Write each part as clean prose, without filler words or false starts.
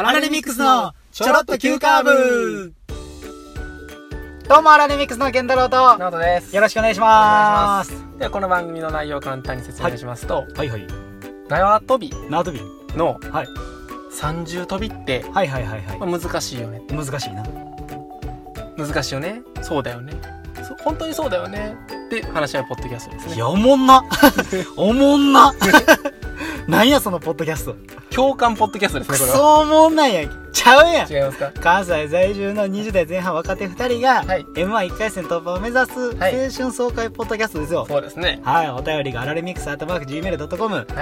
アラレミックスのちょろっと急カーブ。どうもアラレミックスの健太郎とナオトです。 よろしくお願いします。 ではこの番組の内容を簡単に説明しますと、 はいはい。 縄跳び縄跳び。 のはい。 三重跳びってはいはいはいはい。 難しいよね。 難しいな。 難しいよね。そうだよね。本当にそうだよね。って話し合うポッドキャストですね。 いや、おもんな。おもんな。なんやそのポッドキャスト。 共感ポッドキャストですね、これは。 そうおもんなんや。ちゃうやん。 違いますか？ 関西在住の20代前半若手2人が、 はい M11 回戦突破を目指す青はい春爽快ポッドキャストですよ。 そうですね。 はい、お便りがアラレミックス@gmail.com、 はい。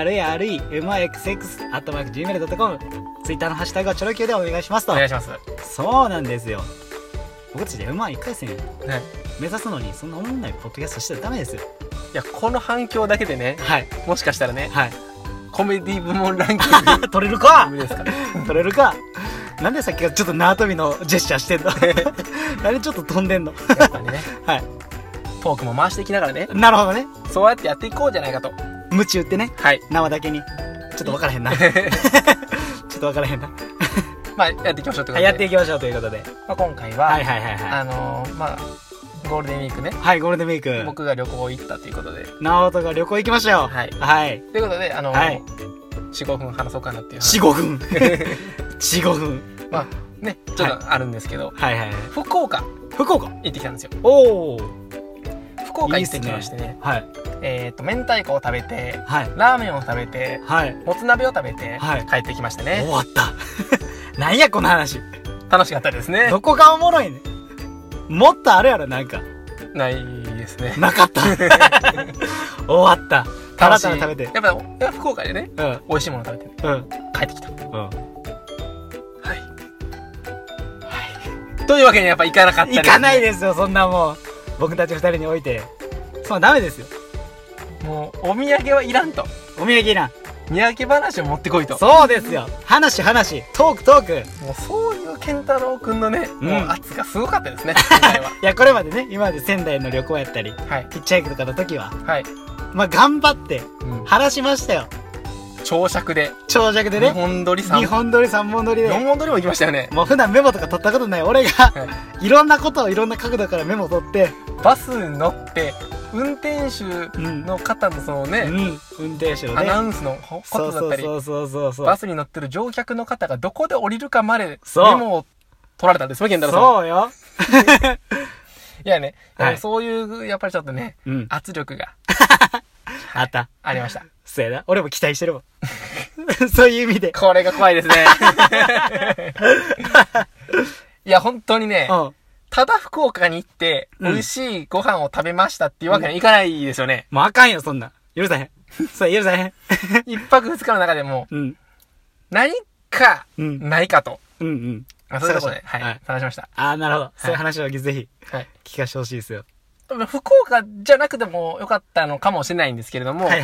ARAREMIXX@gmail.com、ツイッターのハッシュタグはチョロ Q でお願いしますと。 お願いします。 そうなんですよ。僕たちで M11 回戦ね。 目指すのにそんなおもんないポッドキャストしてはダメですよ。 いや、この反響だけでね、 はい。 もしかしたらね、 はい。 コメディ部門ランキング取れるかですか？ 取れるか。なんでさっきからちょっと縄跳びのジェスチャーしてんの？なんでちょっと飛んでんの？ やっぱりね、 はい。 トークも回していきながらね、 なるほどね。 そうやってやっていこうじゃないかと。 ムチ打ってね。 はい。 縄だけに。ちょっとわからへんな。ちょっとわからへんな。 まあ、やっていきましょうということで。 はい、やっていきましょうということで。 まあ、今回は、 はいはいはいはい。 まあ、ゴールデンウィークね、 はい、ゴールデンウィーク。 僕が旅行行ったということで、 ナオトが旅行行きましたよ。 はい。 はい。 ということで、 はい 4、5分話そうかなっていう話。 4、5分。4、5分。 まあ、ね、ちょっとあるんですけど、 はいはいはい。 福岡福岡。 行ってきたんですよ。 おー。 福岡行ってきましてね、 はい。 明太子を食べて、 はい。 ラーメンを食べて、 はい。 もつ鍋を食べて、 はい帰ってきましたね終。わった。なんやこの話。 楽しかったですね。 どこがおもろいねん。もっとあるやろ、なんか。 ないですね。 なかった。終わった。たらたら食べて。 やっぱ福岡でね、 うん。 美味しいもの食べてうん。 帰ってきた。 うん。 はい。というわけにやっぱ行かなかったです、 行かないですよ、そんなもん。僕たち二人において。そんなダメですよ。 もう、お土産はいらんと。 お土産いらん。 土産話を持ってこいと。 そうですよ。話。トーク。 もうそういう健太郎くんのね、 うんもう圧がすごかったですね、今回は。 いや、これまでね、今まで仙台の旅行やったり、 はい。 ヒッチハイクとかの時は、 はい。 まあ、頑張って、 うん、 話しましたよ。 長尺で、 長尺で 2 ね。 本撮り 2本撮り3本撮り 4 で。 本撮りも行きましたよね。 もう普段メモとか取ったことない俺が、いろんなことをいろんな角度からメモ取って、 バスに乗って、運転手うん。 の方のそのね、 運転手のアね。 ナウンスのことだったり、 そう。 バスに乗ってる乗客の方がどこで降りるかまでそうメモを取られたんですよ、健太郎さん。 そうよ。 いやね、 はいそういう、やっぱりちょっとね、 うん。 圧力があった。 ありました。 そうやな。俺も期待してるわ。そういう意味で。 これが怖いですね。いや、本当にね、 うん。 ただ福岡に行って、 うん美味しいご飯を食べましたっていうわけにはいかないですよね。 もうあかんよ、そんなん。許さへん。そう、許さへん。 一泊二日の中でも、 うん。 何か、 うん。 ないかと。 うん。 そういうところで、はい、 はい探しました。 ああ、なるほど。そういう話をぜひはい。 聞かせてほしいですよ。 福岡じゃなくてもよかったのかもしれないんですけれども、 はい。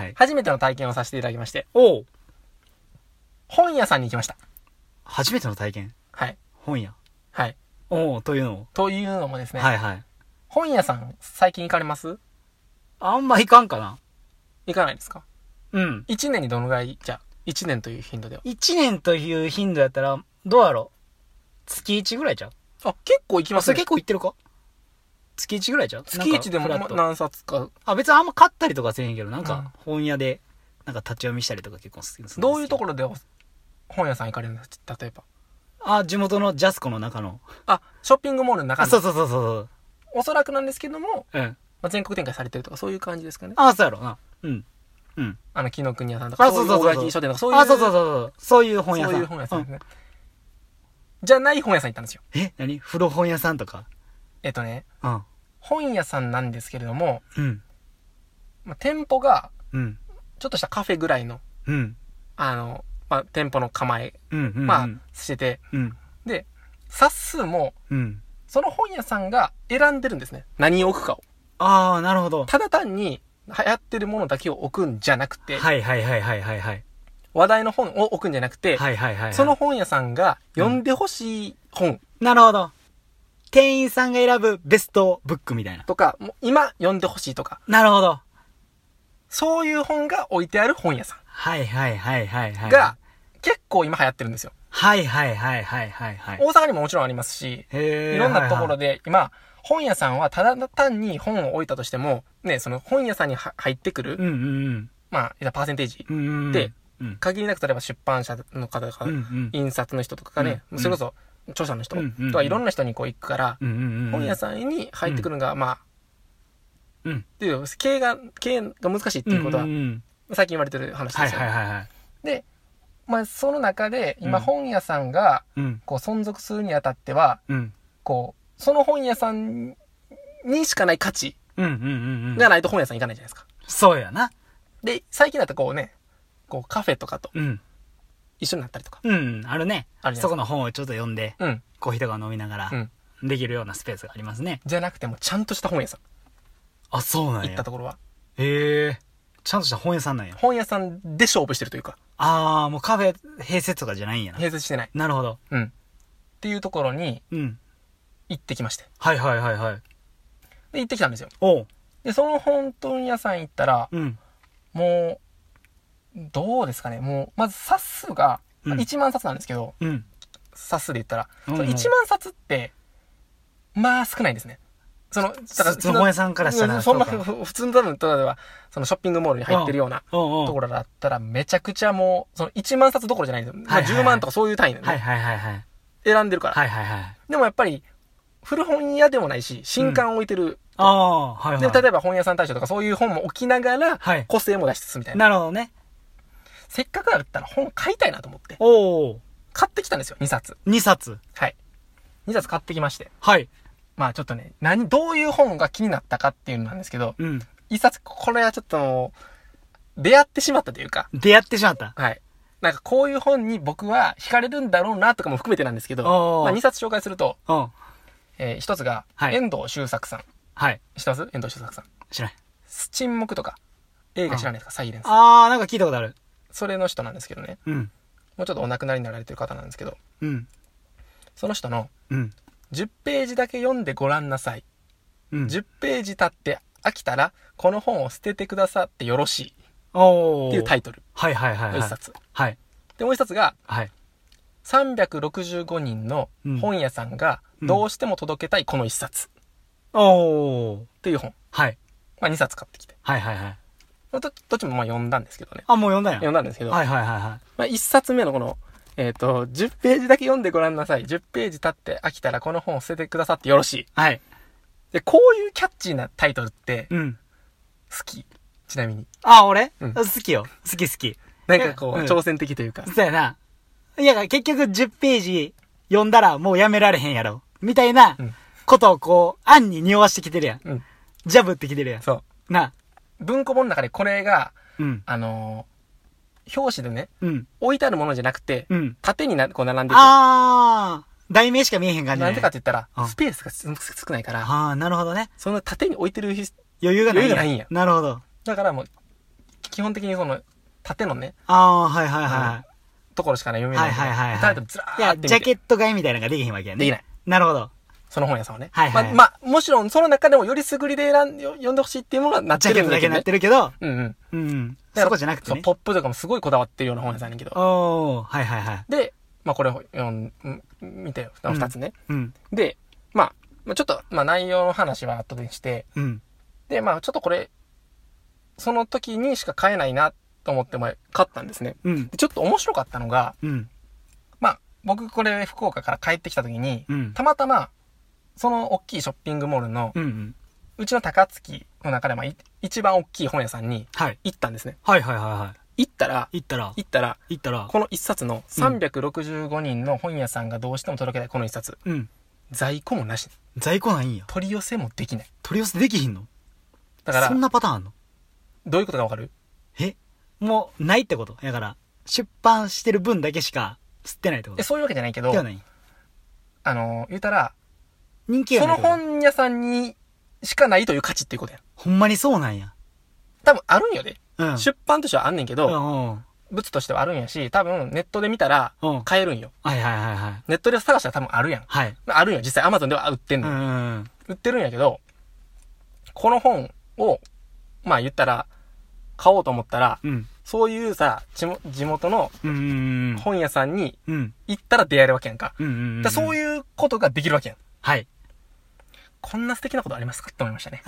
初めての体験をさせていただきまして、 おう。 本屋さんに行きました。 初めての体験。 はい。 本屋。 はい。 おう、というのを。 というのもですね、 はい。 本屋さん最近行かれます？ あんま行かんかな。 行かないですか？ うん。 1年にどのぐらい、じゃあ、1年という頻度では。 1年という頻度やったら、どうやろう月1ぐらいちゃう？ あ、結構行きますね。 それ結構行ってるか？月1ぐらいちゃう？ 月1でもなんかフラット何冊か。 あ、別にあんま買ったりとかせへんけど、なんうんか本屋で、なんか立ち読みしたりとか結構好きです。 どういうところ？ ろで本屋さん行かれるんです？例えば。 あ、地元のジャスコの中の。 あ、ショッピングモールの中あ、 に。 そう。 おそらくなんですけども、 うん。 まあ、全国展開されてるとかそういう感じですかね。 あ、そうやろな。うん。 紀ノ国屋さんとか、 あ、そう。 大垣書店とかそういう。 あ、そう。そういう本屋さん。 そういう本屋さんですうんね。じゃない本屋さん行ったんですよ。 何古本屋さんとか？うん。 本屋さんなんですけれども、 うん。 まあ、店舗が、 うん。 ちょっとしたカフェぐらいの、 うん。 まあ、店舗の構え、 うん。 まあ、してて、 うん。 で、冊数も、 うん。 その本屋さんが選んでるんですね。何を置くかを。 ああ、なるほど。 ただ単に、流行ってるものだけを置くんじゃなくて、 はい。 話題の本を置くんじゃなくて、 はい。 その本屋さんが読んでほしい本なるほど。店員さんが選ぶベストブックみたいな。 とか、もう今読んでほしいとか、 なるほど。 そういう本が置いてある本屋さはい。 んが、 結構今流行ってるんですよ。 はいはいはいはいはいはい。 大阪にももちろんありますし、いろんなところで、今、本屋さんはただ単に本を置いたとしても、ね、その本屋さんに入ってくる、 うんうんうん。 まあ、パーセンテージうんうんうん。 で、 うん限りなく例えば出版社の方とか、 うんうん印刷の人とかがね、 うんそれこそ著者の人うんうんとかいろんな人にこう行くから、 うんうんうん。 本屋さんに入ってくるのが、まあ、 うん。 っていう、経営が難しいっていうことはん、んん最近言われてる話はいですよ。 はいはいはい。 で、まあ、その中で、今うん本屋さんが、 うん。 こう、存続するにあたっては、 うん。 こう、その本屋さんにしかない価値うんうんうんうん。 がないと本屋さん行かないじゃないですか。 そうやな。 で、最近だとこうね、こう、カフェとかとうん。 一緒になったりとか。 うん。あるね。 あるじゃないですかそこの本をちょっと読んで、 うん。 コーヒーとか飲みながらう、ん。 できるようなスペースがありますね。 じゃなくても、ちゃんとした本屋さんあ、そうなんや。 行ったところは、 へえ。ちゃんとした本屋さんなんや。 本屋さんで勝負してるというか、 あー、もうカフェ併設とかじゃないんやな。 併設してない。 なるほど。 うん。っていうところにうん。 行ってきまして。 はいはいはいはい。 で、行ってきたんですよ。 おう。 で、その本屋さん行ったら、 うん。 もう、どうですかね。もう、まず冊数が、 うん 1万冊なんですけど、 うん。 冊数で言ったら、 うんその1万冊って、まあ少ないんですね。だから普通の本屋さんからしたらそんな、 そうか普通の多分、例えば、そのショッピングモールに入ってるようなおうおう。 ところだったら、めちゃくちゃもう、その1万冊どころじゃないんですよ。まあはいはいはい 10万とかそういう単位なんで、 はいはいはいはい。 選んでるから。 はいはいはい。 でもやっぱり、古本屋でもないし、新刊を置いてる。 ああ、はいはい。 で、例えば本屋さん大賞とかそういう本も置きながら、 はい個性も出しつつみたいな。 なるほどね。 せっかくだったら本買いたいなと思って、 おお。 買ってきたんですよ、2冊。 2冊。 はい。2冊買ってきまして。 はい。 まあちょっとね、どういう本が気になったかっていうのなんですけど、 うん。 1冊、これはちょっともう、出会ってしまったというか、 出会ってしまった。 はい。なんかこういう本に僕は惹かれるんだろうなとかも含めてなんですけど、 おーまあ2冊紹介すると、 うん。 1つが、 はい遠藤周作さん。 はい。 知ってます遠藤周作さん。 知らない。 沈黙とか、映画知らないですかサイレンス。 ああ、なんか聞いたことある。 それの人なんですけどね。 うん。 もうちょっとお亡くなりになられてる方なんですけど、 うん。 その人のうん。 10ページだけ読んでごらんなさい。 うん。 10ページ経って飽きたら、この本を捨ててくださってよろしいおお。 っていうタイトルはいはいはいはい。 の一冊。 はい。 で、もう一冊が、 はい。 365人の本屋さんがどうしても届けたいこの一冊おお。 っていう本。 はい。 まあ2冊買ってきて。 はいはいはい。 どっちもまあ読んだんですけどね。 あ、もう読んだんや。 読んだんですけど、 はいはいはいはい。 まあ1冊目のこの、10ページだけ読んでごらんなさい。10ページ経って飽きたらこの本を捨ててくださってよろしい。 はい。 で、こういうキャッチーなタイトルってうん。 好き。ちなみに。 あ、俺うん好きよ。好き好き。 なんかこう、 うん挑戦的というか。 そうやな。いや、結局10ページ読んだらもうやめられへんやろ。みたいなうんことをこう、案に匂わしてきてるやん。 うん。 ジャブってきてるやん。 そう。 な。 文庫本の中でこれが、 うん。 表紙でね、 うん。 置いてあるものじゃなくて、 うん。 縦にこう並んでて、 あー。題名しか見えへん感じなんでかって言ったら、 うんスペースが少ないから、 あー、なるほどね。 その縦に置いてる余裕がないんや。 余裕がないんやなるほど。 だからもう、基本的にその、縦のね、 あー、はいはいはところしか読めない。 はいはいはいはいタイトルずらい。いや、 ーって見て。 ジャケット買いみたいなのができへんわけやね。 できない。 なるほど。 その本屋さんはね。 はいはいまあ、もちろんその中でもよりすぐりで読んでほしいっていうものがなっジャケットだけなてるんだけどね。 ってるけど、 うんうん。 うん。 だからそこじゃなくてそう、 ね。 ポップとかもすごいこだわってるような本屋さんやねんけど。 おー、はいはいはい。 で、まあこれを見てよ、二つね。 うん。 で、まあ、ちょっと、まあ内容の話は後でして、 うん。 で、まあちょっとこれ、その時にしか買えないなと思って買ったんですね。 うん。 でちょっと面白かったのが、 うん。 まあ僕これ福岡から帰ってきた時に、 うん。 たまたま、その大きいショッピングモールの、 うん。 うちの高槻の中でも一番大きい本屋さんにはい。 行ったんですね。 はいはいはいは行ったら、 い。行ったら、 この一冊の365人の本屋さんがどうしても届けたいこの一冊、 うん。 在庫もなし。 在庫ないんや。 取り寄せもできない。 取り寄せできひんのだからそん、なパターンあんのどういうことかわかる？ えもう、ないってことだから、出版してる分だけしか吸ってないってことそういうわけじゃないけどで、はない。 言うたら、 人気がそのないってこと。 本屋さんにしかないという価値っていうことや。 ほんまにそうなんや。 多分あるんよで。 うん。 出版としてはあんねんけど、 うんうん。 物としてはあるんやし、多分ネットで見たらうん。 買えるんよ。 はいはいはいはい。 ネットで探したら多分あるやん。 はい。 あるんよ。実際 Amazon では売ってんのよ。 うんうん売ってるんやけど、この本を、まあ言ったら、買おうと思ったら、 うん。 そういうさ、地元のうん。 本屋さんにうん。 行ったら出会えるわけやんか。 うん。 だそういうことができるわけやん。 はい。 こんな素敵なことありますかって思いましたね。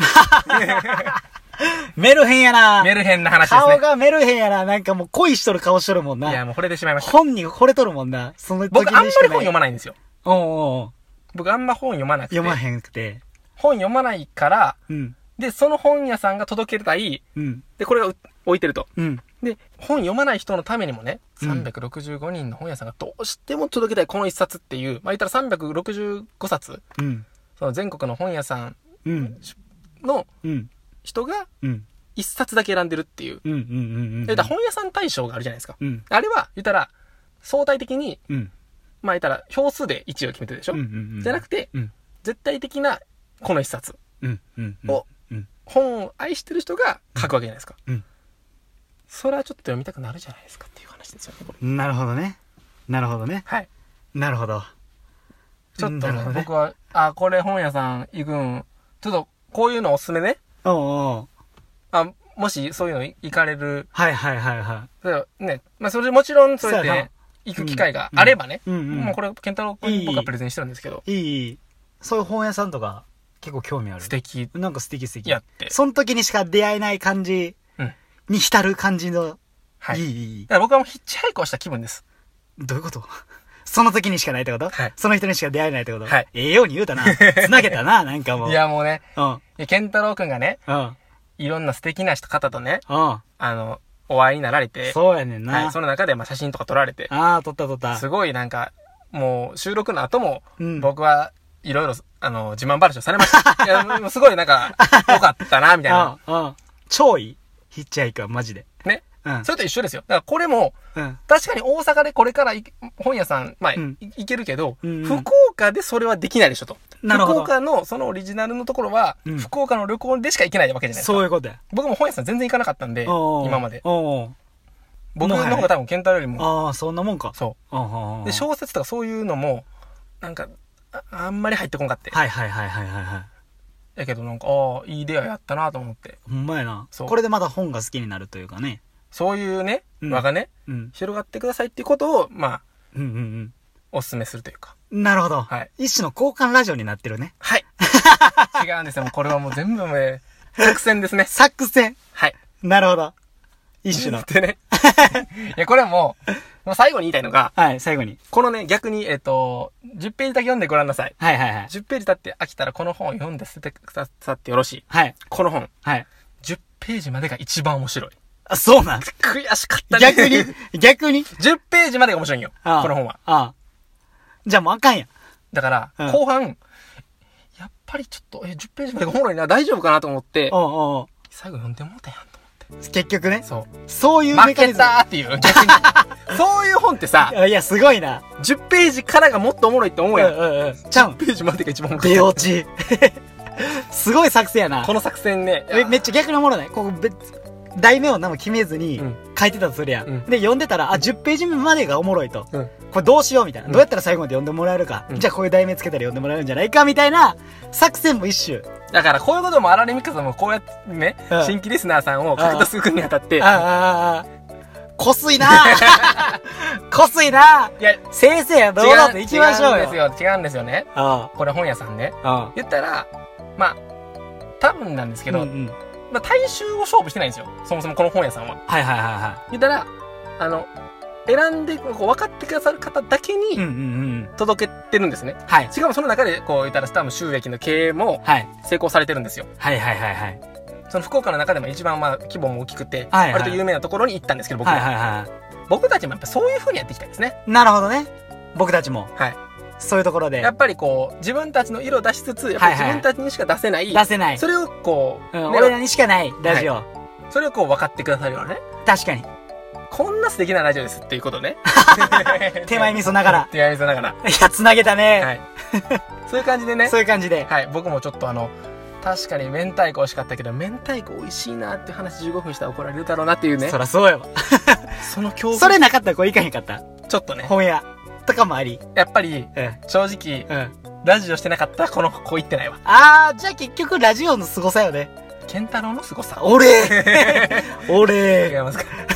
メルヘンやな。 メルヘンな話ですね。 顔がメルヘンやな。なんかもう恋しとる顔しとるもんな。 いや、もう惚れてしまいました。 本に惚れとるもんな。その時にしか僕あんまり本読ままないんですよ。 おうおう僕あんま本読まなくて。 読まへんくて。 本読まないから、 うん。 で、その本屋さんが届けたい、 うん。 で、これが置いてると。 うん。 で、本読まない人のためにもね、 うん 365人の本屋さんがどうしても届けたいこの一冊っていう、まあ、言ったら365冊、 うん。 その全国の本屋さんうん。 のうん。 人がうん。 一冊だけ選んでるっていう。 うん。うん。うん。 言ったら本屋さん大賞があるじゃないですか。 うん。 あれは、言ったら、相対的に、 うん。 まあ言ったら、票数で1位を決めてるでしょ、 うん。 じゃなくて、 うん。 絶対的なこの一冊うん。うん。 を、 うん。 本を愛してる人が書くわけじゃないですか。 うん。 それはちょっと読みたくなるじゃないですかっていう話ですよね、これ。 なるほどね。なるほどね。 はい。 なるほど。 ちょっとねなるほどね僕は、あ、これ本屋さん行くん、ちょっとこういうのおすすめね。 おうおう。 あ、もしそういうの行かれる、 はいはいはいはね、まあそれもちろんそうやっそうやなて行く機会があればね、 い。うんうん。 もうこれ、健太郎君に僕はプレゼンしてるんですけど、 いい。そういう本屋さんとか結構興味ある。 素敵なんか素敵素敵。 やって。 その時にしか出会えない感じうんに浸る感じの。 はい。 いい。 だから僕はもうヒッチハイクをした気分です。 どういうことその時にしかないってことはいその人にしか出会えないってことはいええように言うたな。つなげたな、なんかもう。 いやもうね、 うん。うん。 健太郎君がね、 うん。 いろんな素敵な方とね、 うん。 お会いになられて、 そうやねんな。 はい、その中でまあ写真とか撮られて、 ああ、撮った撮った。 すごいなんか、もう収録の後も、 うん僕はいろいろ、自慢話をされました。いや、もうすごいなんか、良かったな、みたいな。 うん。うん。超いい。ヒッチハイクはマジで。 ね。 うん。 それと一緒ですよ。だからこれも、 うん。 確かに大阪でこれから本屋さん、まあ、 うん行けるけど、 うんうん福岡でそれはできないでしょと。 なるほど福岡のそのオリジナルのところは、 うん福岡の旅行でしか行けないわけじゃないですか。 そういうことや。 僕も本屋さん全然行かなかったんで、 おうおう今まで。 おう僕の方が多分健太郎よりも、 ああ、そんなもんか。 そうう。 んうん。 で、小説とかそういうのも、なんか、あんまり入ってこんかって。 はいはいはいはいはいはい。 やけどなんか、ああ、いい出会いやったなと思って。 ほんまやな。 そうこれでまた本が好きになるというかね。 そういうね、 うん輪がね、 うん。 広がってくださいっていうことを、まあ、 うんうんお勧めするというか。 うん。なるほど。 はい。 一種の交換ラジオになってるね。 はい。違うんですよ。もうこれはもう全部ね、作戦ですね。 作戦。 はい。 なるほど。一種の。 でね。いや、これはもう最後に言いたいのが、 はい、最後に。 このね、逆に、10ページだけ読んでごらんなさい。 はいはいはい。 10ページ経って飽きたらこの本を読んで捨ててくださってよろしい。 はい。 この本、 はい。 10ページまでが一番面白い。 あ、そうなん悔しかったね。 逆に逆に 10ページまでが面白いんよ。 ああこの本は。 ああ。じゃあもうあかんやん。 だから、 うん後半、やっぱりちょっと、10ページまでがおもろいな、大丈夫かなと思って、 おうおうお最後読んでもうたやんと思って。 う結局ね。 そう。 そういう負けメカニズム。 たーっていう、逆に。そういう本ってさ、 いや、すごいな。 10ページからがもっとおもろいって思うやん。 うん。ちゃうん。 10ページまでが一番おもろい。 出落ち。すごい作戦やな。 この作戦ね。 めっちゃ逆におもろない。ここ題名を何も決めずにうん書いてたとするやん。 うんで、読んでたら、あ、10ページ目までがおもろいと。 うん。 これどうしようみたいな。 うんどうやったら最後まで読んでもらえるか。 うんじゃあこういう題名つけたら読んでもらえるんじゃないかみたいな作戦も一種。 だからこういうこともアラレミックスもこうやってね、 うん新規リスナーさんを獲得するにあたって、 あ。こすいなこすいないや、 先生や、どうだって行きましょうよ。 違うんですよね。 あこれ本屋さんね。 あ。 言ったら、まあ、多分なんですけど、 うんうん。 まあ、大衆を勝負してないんですよ。そもそもこの本屋さんは。 はいはいはいは言ったら、選んで、こう、分かってくださる方だけい。うんにうんうん。 届けてるんですね。 はい。 しかもその中で、こう、言ったら、多分収益の経営もはい。 成功されてるんですよ。 はいはいはいはい。 その福岡の中でも一番まあ、規模も大きくて、 はいはい割と有名なところに行ったんですけど、僕は。 はいはいは僕たちもやっぱそういう風にやっていきたいですね。 い。なるほどね。僕たちも。 はい。 そういうところでや。っぱりこう、自分たちの色を出しつつ、やっぱり自分たちにしか出せない、 出せない。 それをこう、ね俺らにしかないラジオ。 それをこう分かってくださるようなね。 確かに。 こんな素敵なラジオですっていうことね。 手前味噌ながら。 手前味噌ながら。 いや、つなげたね。 はい。そういう感じでね。 そういう感じで。 はい。僕もちょっと確かに明太子美味しかったけど、明太子美味しいなっていう話15分したら怒られるだろうなっていうねそ。らそうやわ。 その恐怖。 それなかったらこれいかへんかった。 ちょっとね。 本屋とかもあり。 やっぱり、 うん。 正直、 うん。 ラジオしてなかったらこの子行ってないわ。 あー、じゃあ結局ラジオの凄さよね。 ケンタロウの凄さ。 俺俺違いますか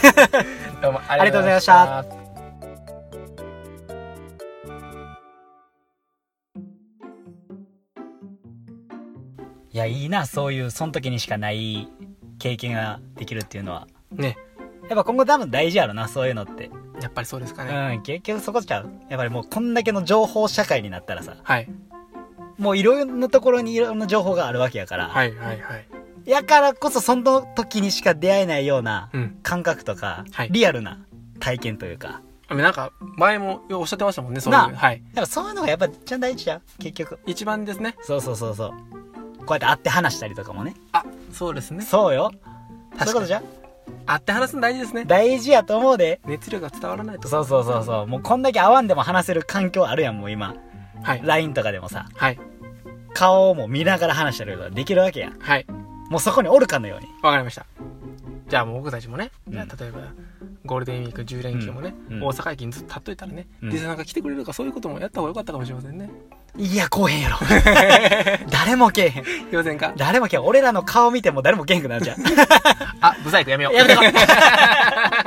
どうもありがとうございました。いや、いいな、そういうその時にしかない経験ができるっていうのはね。 やっぱ今後多分大事やろな、そういうのって。 やっぱりそうですかね。 結局そこちゃう。やっぱりもうこんだけの情報社会になったらさ、 はい。 もういろんなところにいろんな情報があるわけやから、 はいはいはい。 やからこそその時にしか出会えないような感覚とか、 はい、 リアルな体験というか。 なんか前もおっしゃってましたもんね、そういう。 はい。 やっぱそういうのがやっぱ一番大事じゃん、結局。 一番ですね。 そう。こうやって会って話したりとかもね。 あ、そうですね。 そうよ。そういうことじゃん。 会って話すの大事ですね。 大事やと思うで。 熱量が伝わらないと。 そう。もうこんだけ会わんでも話せる環境あるやん、もう今。 はい。 LINE とかでもさ。 はい。 顔も見ながら話したりとかできるわけやん。 はい。 もうそこにおるかのように。 わかりました。じゃあもう僕たちもね、例えばゴールデンウィーク10連休もね、大阪駅にずっと立っといたらね、リスナーが来てくれるか、そういうこともやった方がよかったかもしれませんね。 いや、来へんやろ。誰も来へん。 来ませんか？ 誰も来へん。俺らの顔見ても誰も来へんくなるじゃん。 あ、ブサイクやめよう。 やめてこ